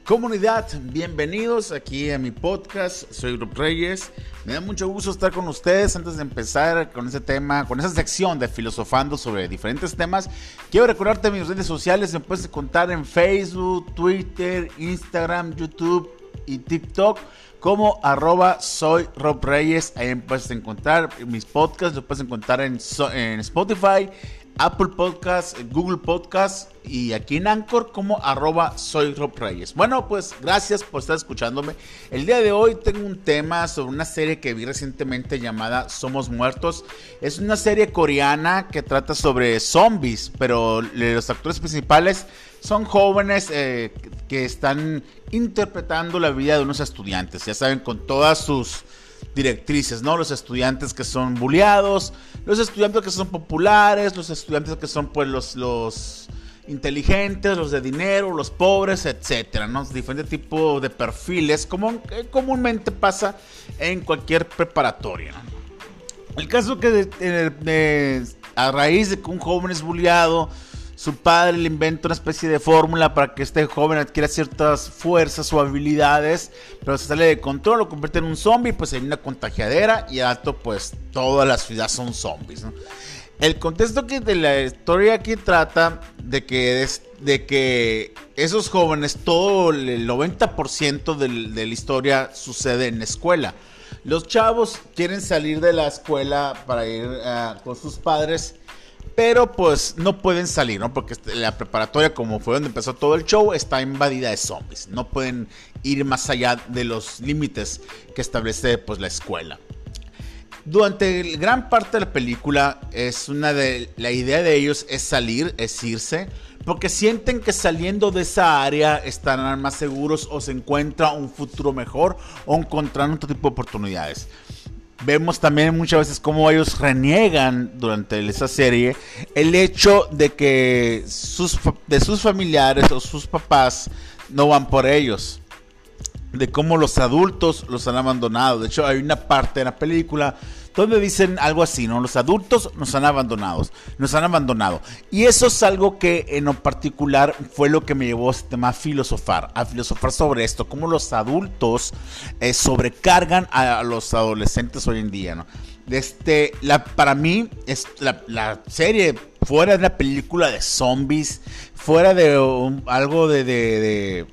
Comunidad, bienvenidos aquí a mi podcast. Soy Rob Reyes. Me da mucho gusto estar con ustedes. Antes de empezar con ese tema, con esa sección de filosofando sobre diferentes temas, quiero recordarte mis redes sociales. Me puedes encontrar en Facebook, Twitter, Instagram, YouTube y TikTok como @soy Rob Reyes. Ahí me puedes encontrar mis podcasts. Lo puedes encontrar en Spotify, Apple Podcasts, Google Podcasts y aquí en Anchor como @soy Rob Reyes. Bueno, pues gracias por estar escuchándome. El día de hoy tengo un tema sobre una serie que vi recientemente llamada Somos Muertos. Es una serie coreana que trata sobre zombies, pero los actores principales son jóvenes que están interpretando la vida de unos estudiantes. Ya saben, con todas sus directrices, ¿no? Los estudiantes que son bulleados, los estudiantes que son populares, los estudiantes que son pues los inteligentes, los de dinero, los pobres, etcétera, ¿no? Diferentes tipos de perfiles, como comúnmente pasa en cualquier preparatoria, ¿no? El caso que a raíz de que un joven es bulleado, su padre le inventa una especie de fórmula para que este joven adquiera ciertas fuerzas o habilidades, pero se sale de control, lo convierte en un zombie, pues hay una contagiadera y alto, pues toda la ciudad son zombies, ¿no? El contexto de la historia aquí trata de que esos jóvenes, todo el 90% de la historia sucede en la escuela. Los chavos quieren salir de la escuela para ir con sus padres, pero pues no pueden salir, ¿no? Porque la preparatoria, como fue donde empezó todo el show, está invadida de zombies. No pueden ir más allá de los límites que establece pues la escuela. Durante gran parte de la película la idea de ellos es salir, es irse, porque sienten que saliendo de esa área estarán más seguros o se encuentra un futuro mejor o encontrarán otro tipo de oportunidades. Vemos también muchas veces cómo ellos reniegan durante esa serie el hecho de que de sus familiares o sus papás no van por ellos, de cómo los adultos los han abandonado. De hecho, hay una parte en la película donde dicen algo así, ¿no? Los adultos nos han abandonado. Y eso es algo que en lo particular fue lo que me llevó a este tema a filosofar sobre esto, cómo los adultos sobrecargan a los adolescentes hoy en día, ¿no? Para mí, la serie, fuera de la película de zombies, fuera de algo de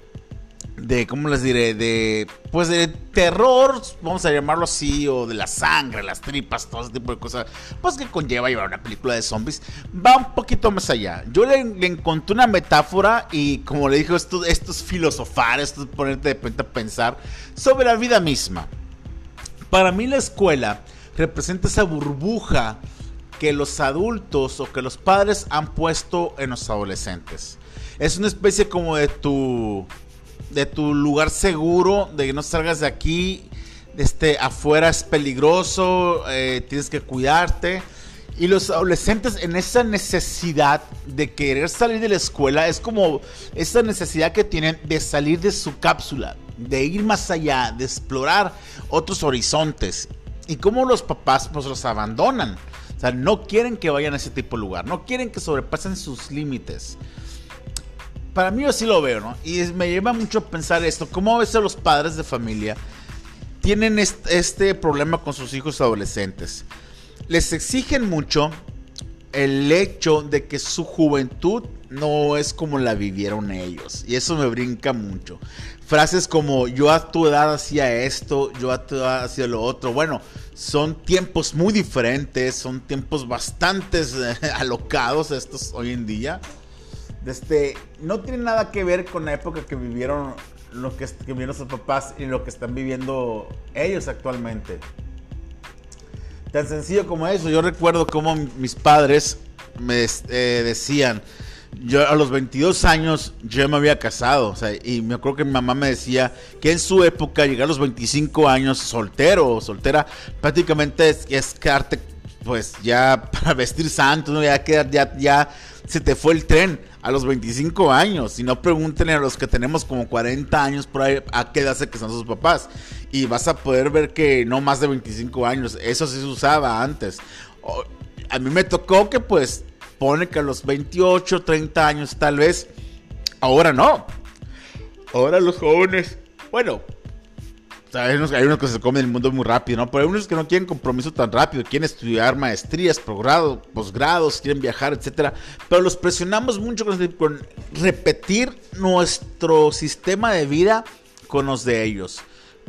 ¿cómo les diré? De terror, vamos a llamarlo así, o de la sangre, las tripas, todo ese tipo de cosas, pues que conlleva llevar una película de zombies, va un poquito más allá. Yo le encontré una metáfora y, como le dije, esto es filosofar, esto es ponerte de repente a pensar sobre la vida misma. Para mí la escuela representa esa burbuja que los adultos o que los padres han puesto en los adolescentes. Es una especie como de tu lugar seguro, de que no salgas de aquí, afuera es peligroso, tienes que cuidarte. Y los adolescentes, en esa necesidad de querer salir de la escuela, es como esa necesidad que tienen de salir de su cápsula, de ir más allá, de explorar otros horizontes. Y como los papás pues los abandonan, o sea, no quieren que vayan a ese tipo de lugar, no quieren que sobrepasen sus límites. Para mí yo así lo veo, ¿no? Y me lleva mucho a pensar esto, cómo a veces los padres de familia tienen este problema con sus hijos adolescentes. Les exigen mucho el hecho de que su juventud no es como la vivieron ellos. Y eso me brinca mucho. Frases como, yo a tu edad hacía esto, yo a tu edad hacía lo otro. Bueno, son tiempos muy diferentes, son tiempos bastante alocados estos hoy en día. No tiene nada que ver con la época que vivieron que vivieron sus papás y lo que están viviendo ellos actualmente. Tan sencillo como eso. Yo recuerdo cómo mis padres me decían, yo a los 22 años yo me había casado, o sea, y me acuerdo que mi mamá me decía que en su época llegar a los 25 años soltero o soltera prácticamente es quedarte pues ya para vestir santo, ¿no? Ya se te fue el tren a los 25 años. Si no, pregúntenle a los que tenemos como 40 años por ahí a qué edad se casan sus papás. Y vas a poder ver que no más de 25 años. Eso sí se usaba antes. A mí me tocó que pues pone que a los 28, 30 años tal vez. Ahora no. Ahora los jóvenes, bueno, o sea, hay unos que se comen el mundo muy rápido, ¿no? Pero hay unos que no quieren compromiso tan rápido, quieren estudiar maestrías, posgrados, quieren viajar, etcétera. Pero los presionamos mucho con repetir nuestro sistema de vida con los de ellos.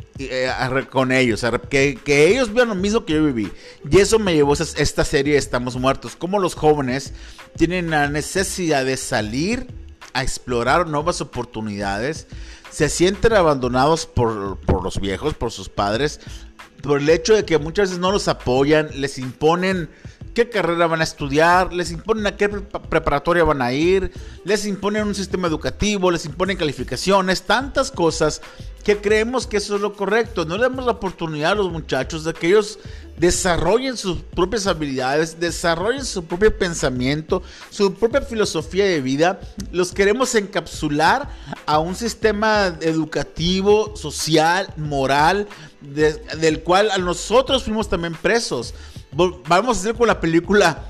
Con ellos, que ellos vean lo mismo que yo viví. Y eso me llevó a esta serie Estamos Muertos. Como los jóvenes tienen la necesidad de salir a explorar nuevas oportunidades, se sienten abandonados por los viejos, por sus padres, por el hecho de que muchas veces no los apoyan, les imponen qué carrera van a estudiar, les imponen a qué preparatoria van a ir, les imponen un sistema educativo, les imponen calificaciones, tantas cosas que creemos que eso es lo correcto. No le damos la oportunidad a los muchachos de que ellos desarrollen sus propias habilidades, desarrollen su propio pensamiento, su propia filosofía de vida. Los queremos encapsular a un sistema educativo, social, moral, del cual a nosotros fuimos también presos. Vamos a hacer como la película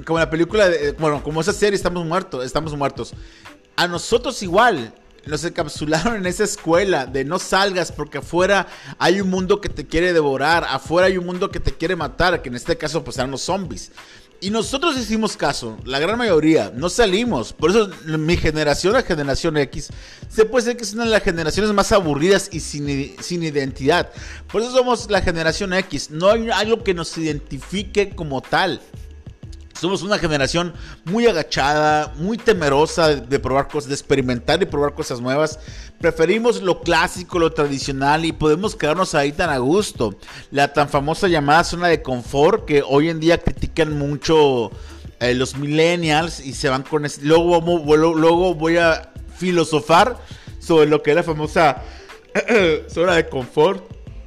como esa serie Estamos Muertos. A nosotros igual nos encapsularon en esa escuela de no salgas porque afuera hay un mundo que te quiere devorar, afuera hay un mundo que te quiere matar, que en este caso pues eran los zombies. Y nosotros hicimos caso, la gran mayoría, no salimos. Por eso mi generación, la generación X, se puede decir que es una de las generaciones más aburridas y sin identidad. Por eso somos la generación X, no hay algo que nos identifique como tal. Somos una generación muy agachada, muy temerosa de probar cosas, de experimentar y probar cosas nuevas. Preferimos lo clásico, lo tradicional y podemos quedarnos ahí tan a gusto. La tan famosa llamada zona de confort que hoy en día critican mucho los millennials y se van con eso. Luego voy a filosofar sobre lo que es la famosa zona de confort.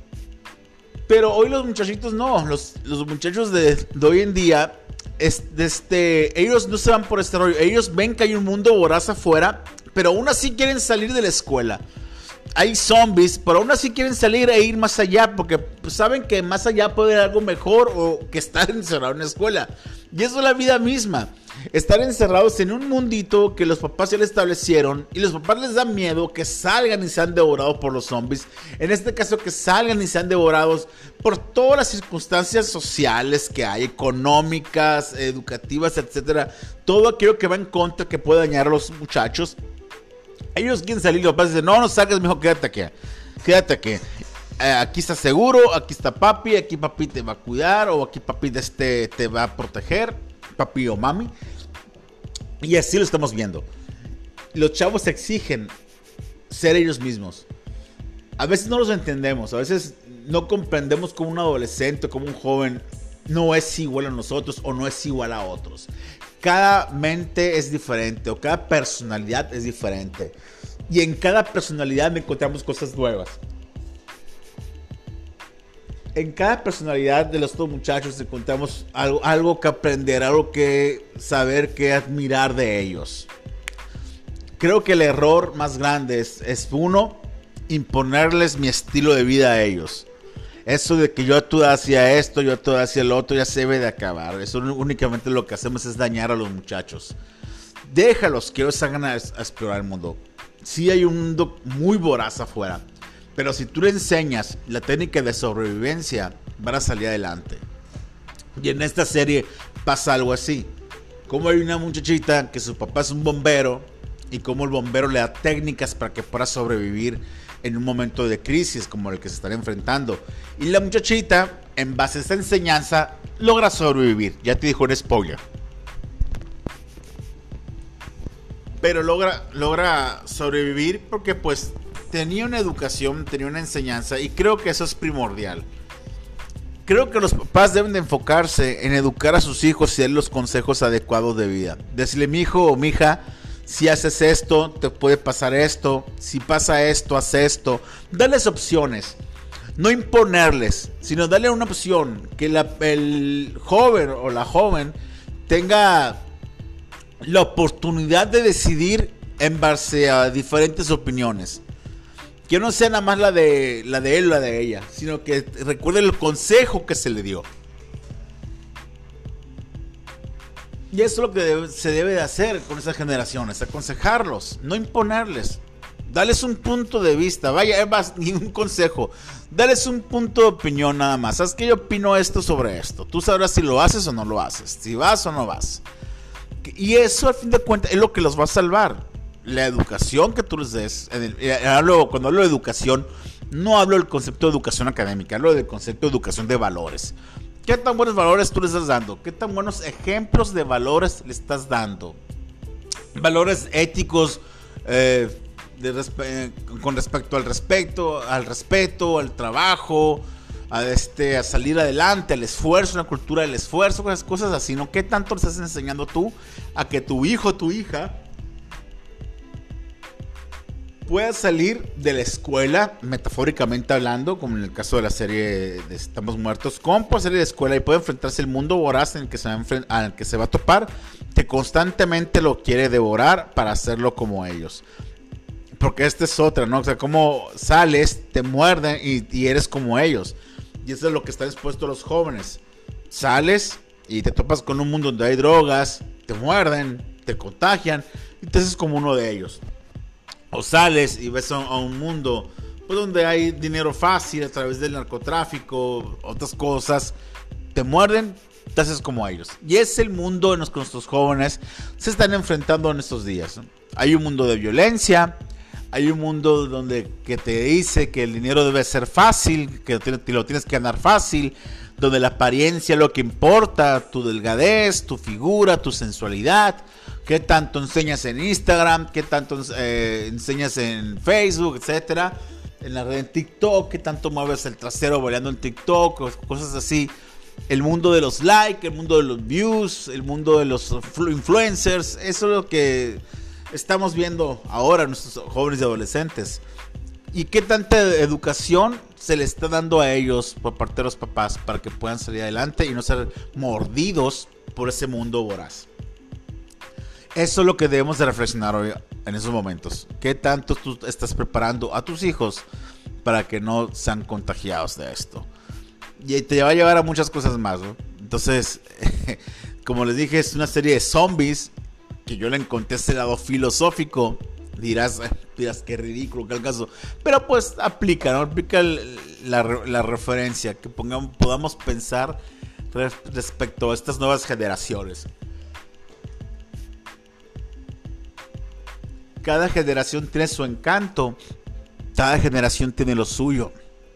Pero hoy los muchachitos no, los muchachos de hoy en día... ellos no se van por este rollo. Ellos ven que hay un mundo voraz afuera, pero aún así quieren salir de la escuela. Hay zombies, pero aún así quieren salir e ir más allá, porque pues, saben que más allá puede haber algo mejor o que estar encerrado en la escuela. Y eso es la vida misma. Estar encerrados en un mundito que los papás ya le establecieron y los papás les da miedo que salgan y sean devorados por los zombies. En este caso que salgan y sean devorados por todas las circunstancias sociales que hay, económicas, educativas, etcétera. Todo aquello que va en contra que puede dañar a los muchachos. Ellos quieren salir y los papás dicen, no salgas, mijo, quédate aquí. Aquí estás seguro, aquí está papi te va a cuidar, o aquí papi te va a proteger, papi o mami. Y así lo estamos viendo. Los chavos exigen ser ellos mismos. A veces no los entendemos, a veces no comprendemos cómo un adolescente, como un joven no es igual a nosotros o no es igual a otros. Cada mente es diferente o cada personalidad es diferente. Y en cada personalidad encontramos cosas nuevas. En cada personalidad de los dos muchachos encontramos algo que aprender, algo que saber, que admirar de ellos. Creo que el error más grande es uno, imponerles mi estilo de vida a ellos. Eso de que yo hacía esto, yo hacía lo otro, ya se debe de acabar. Eso únicamente lo que hacemos es dañar a los muchachos. Déjalos que ellos hagan a explorar el mundo. Sí hay un mundo muy voraz afuera, pero si tú les enseñas la técnica de sobrevivencia, van a salir adelante. Y en esta serie pasa algo así. Como hay una muchachita que su papá es un bombero y como el bombero le da técnicas para que pueda sobrevivir en un momento de crisis como el que se están enfrentando. Y la muchachita, en base a esta enseñanza, logra sobrevivir. Ya te dijo un spoiler. Pero logra sobrevivir porque pues tenía una educación, tenía una enseñanza y creo que eso es primordial. Creo que los papás deben de enfocarse en educar a sus hijos y darles los consejos adecuados de vida. Decirle, mi hijo o mi hija, si haces esto, te puede pasar esto. Si pasa esto, haz esto. Darles opciones. No imponerles, sino darle una opción. Que el joven o la joven tenga la oportunidad de decidir en base a diferentes opiniones. Que no sea nada más la de él o la de ella, sino que recuerde el consejo que se le dio. Y eso es lo que se debe de hacer con esas generaciones, aconsejarlos, no imponerles, Dales un punto de vista, vaya, ni un consejo. Dales un punto de opinión nada más. ¿Sabes qué? Yo opino esto sobre esto. Tú sabrás si lo haces o no lo haces, si vas o no vas. Y eso, al fin de cuentas, es lo que los va a salvar. La educación que tú les des. Cuando hablo de educación, no hablo del concepto de educación académica, hablo del concepto de educación de valores. ¿Qué tan buenos valores tú le estás dando? ¿Qué tan buenos ejemplos de valores le estás dando? Valores éticos, con respecto al respeto, al trabajo, a salir adelante, al esfuerzo, una cultura del esfuerzo, cosas así, ¿no? ¿Qué tanto le estás enseñando tú a que tu hijo o tu hija pueda salir de la escuela, metafóricamente hablando, como en el caso de la serie de Estamos Muertos, cómo puede salir de la escuela y puede enfrentarse al mundo voraz al que se va a topar, que constantemente lo quiere devorar para hacerlo como ellos? Porque esta es otra, ¿no? O sea, cómo sales, te muerden y eres como ellos. Y eso es lo que están expuestos los jóvenes. Sales y te topas con un mundo donde hay drogas, te muerden, te contagian y te haces como uno de ellos. O sales y ves a un mundo pues, donde hay dinero fácil a través del narcotráfico, otras cosas, te muerden, te haces como ellos. Y es el mundo en el que nuestros jóvenes se están enfrentando en estos días, ¿no? Hay un mundo de violencia, hay un mundo que te dice que el dinero debe ser fácil, que te lo tienes que ganar fácil, donde la apariencia es lo que importa, tu delgadez, tu figura, tu sensualidad, qué tanto enseñas en Instagram, qué tanto enseñas en Facebook, etcétera, en la red en TikTok, qué tanto mueves el trasero bailando en TikTok, cosas así. El mundo de los likes, el mundo de los views, el mundo de los influencers, eso es lo que estamos viendo ahora nuestros jóvenes y adolescentes. ¿Y qué tanta educación se le está dando a ellos por parte de los papás para que puedan salir adelante y no ser mordidos por ese mundo voraz? Eso es lo que debemos de reflexionar hoy en esos momentos. ¿Qué tanto tú estás preparando a tus hijos para que no sean contagiados de esto? Y te va a llevar a muchas cosas más, ¿no? Entonces, como les dije, es una serie de zombies que yo le encontré ese lado filosófico. Dirás qué ridículo, qué caso. Pero pues aplica, ¿no? Aplica la referencia, que podamos pensar respecto a estas nuevas generaciones. Cada generación tiene su encanto, cada generación tiene lo suyo.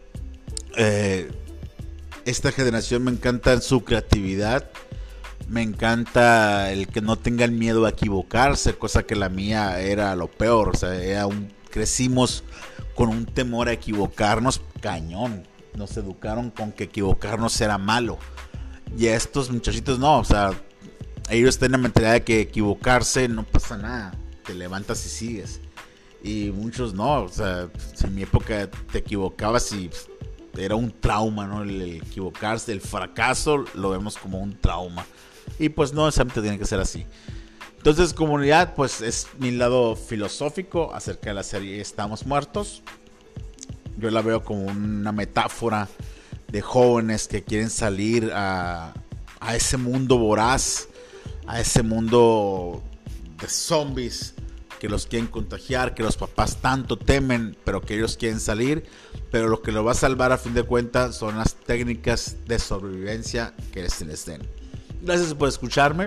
Esta generación me encanta su creatividad, me encanta el que no tengan miedo a equivocarse, cosa que la mía era lo peor. O sea, crecimos con un temor a equivocarnos cañón. Nos educaron con que equivocarnos era malo. Y a estos muchachitos no, o sea, ellos tienen la mentalidad de que equivocarse no pasa nada. Te levantas y sigues. Y muchos no, o sea, en mi época te equivocabas y era un trauma, ¿no? El equivocarse, el fracaso lo vemos como un trauma. Y pues no necesariamente tiene que ser así. Entonces, comunidad, pues es mi lado filosófico acerca de la serie Estamos Muertos. Yo la veo como una metáfora de jóvenes que quieren salir a ese mundo voraz, a ese mundo de zombies que los quieren contagiar, que los papás tanto temen, pero que ellos quieren salir. Pero lo que lo va a salvar a fin de cuentas son las técnicas de sobrevivencia que se les den. Gracias por escucharme.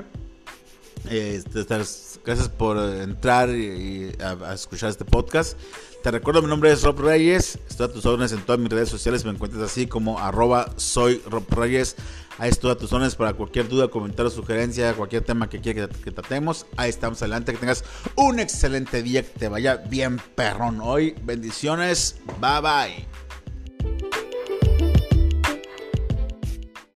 Gracias por entrar a escuchar este podcast. Te recuerdo, mi nombre es Rob Reyes. Estoy a tus órdenes en todas mis redes sociales. Me encuentras así como @soyrobreyes. Ahí estoy a tus órdenes para cualquier duda, comentario, sugerencia, cualquier tema que quieras que tratemos. Ahí estamos adelante. Que tengas un excelente día. Que te vaya bien perrón hoy. Bendiciones. Bye bye.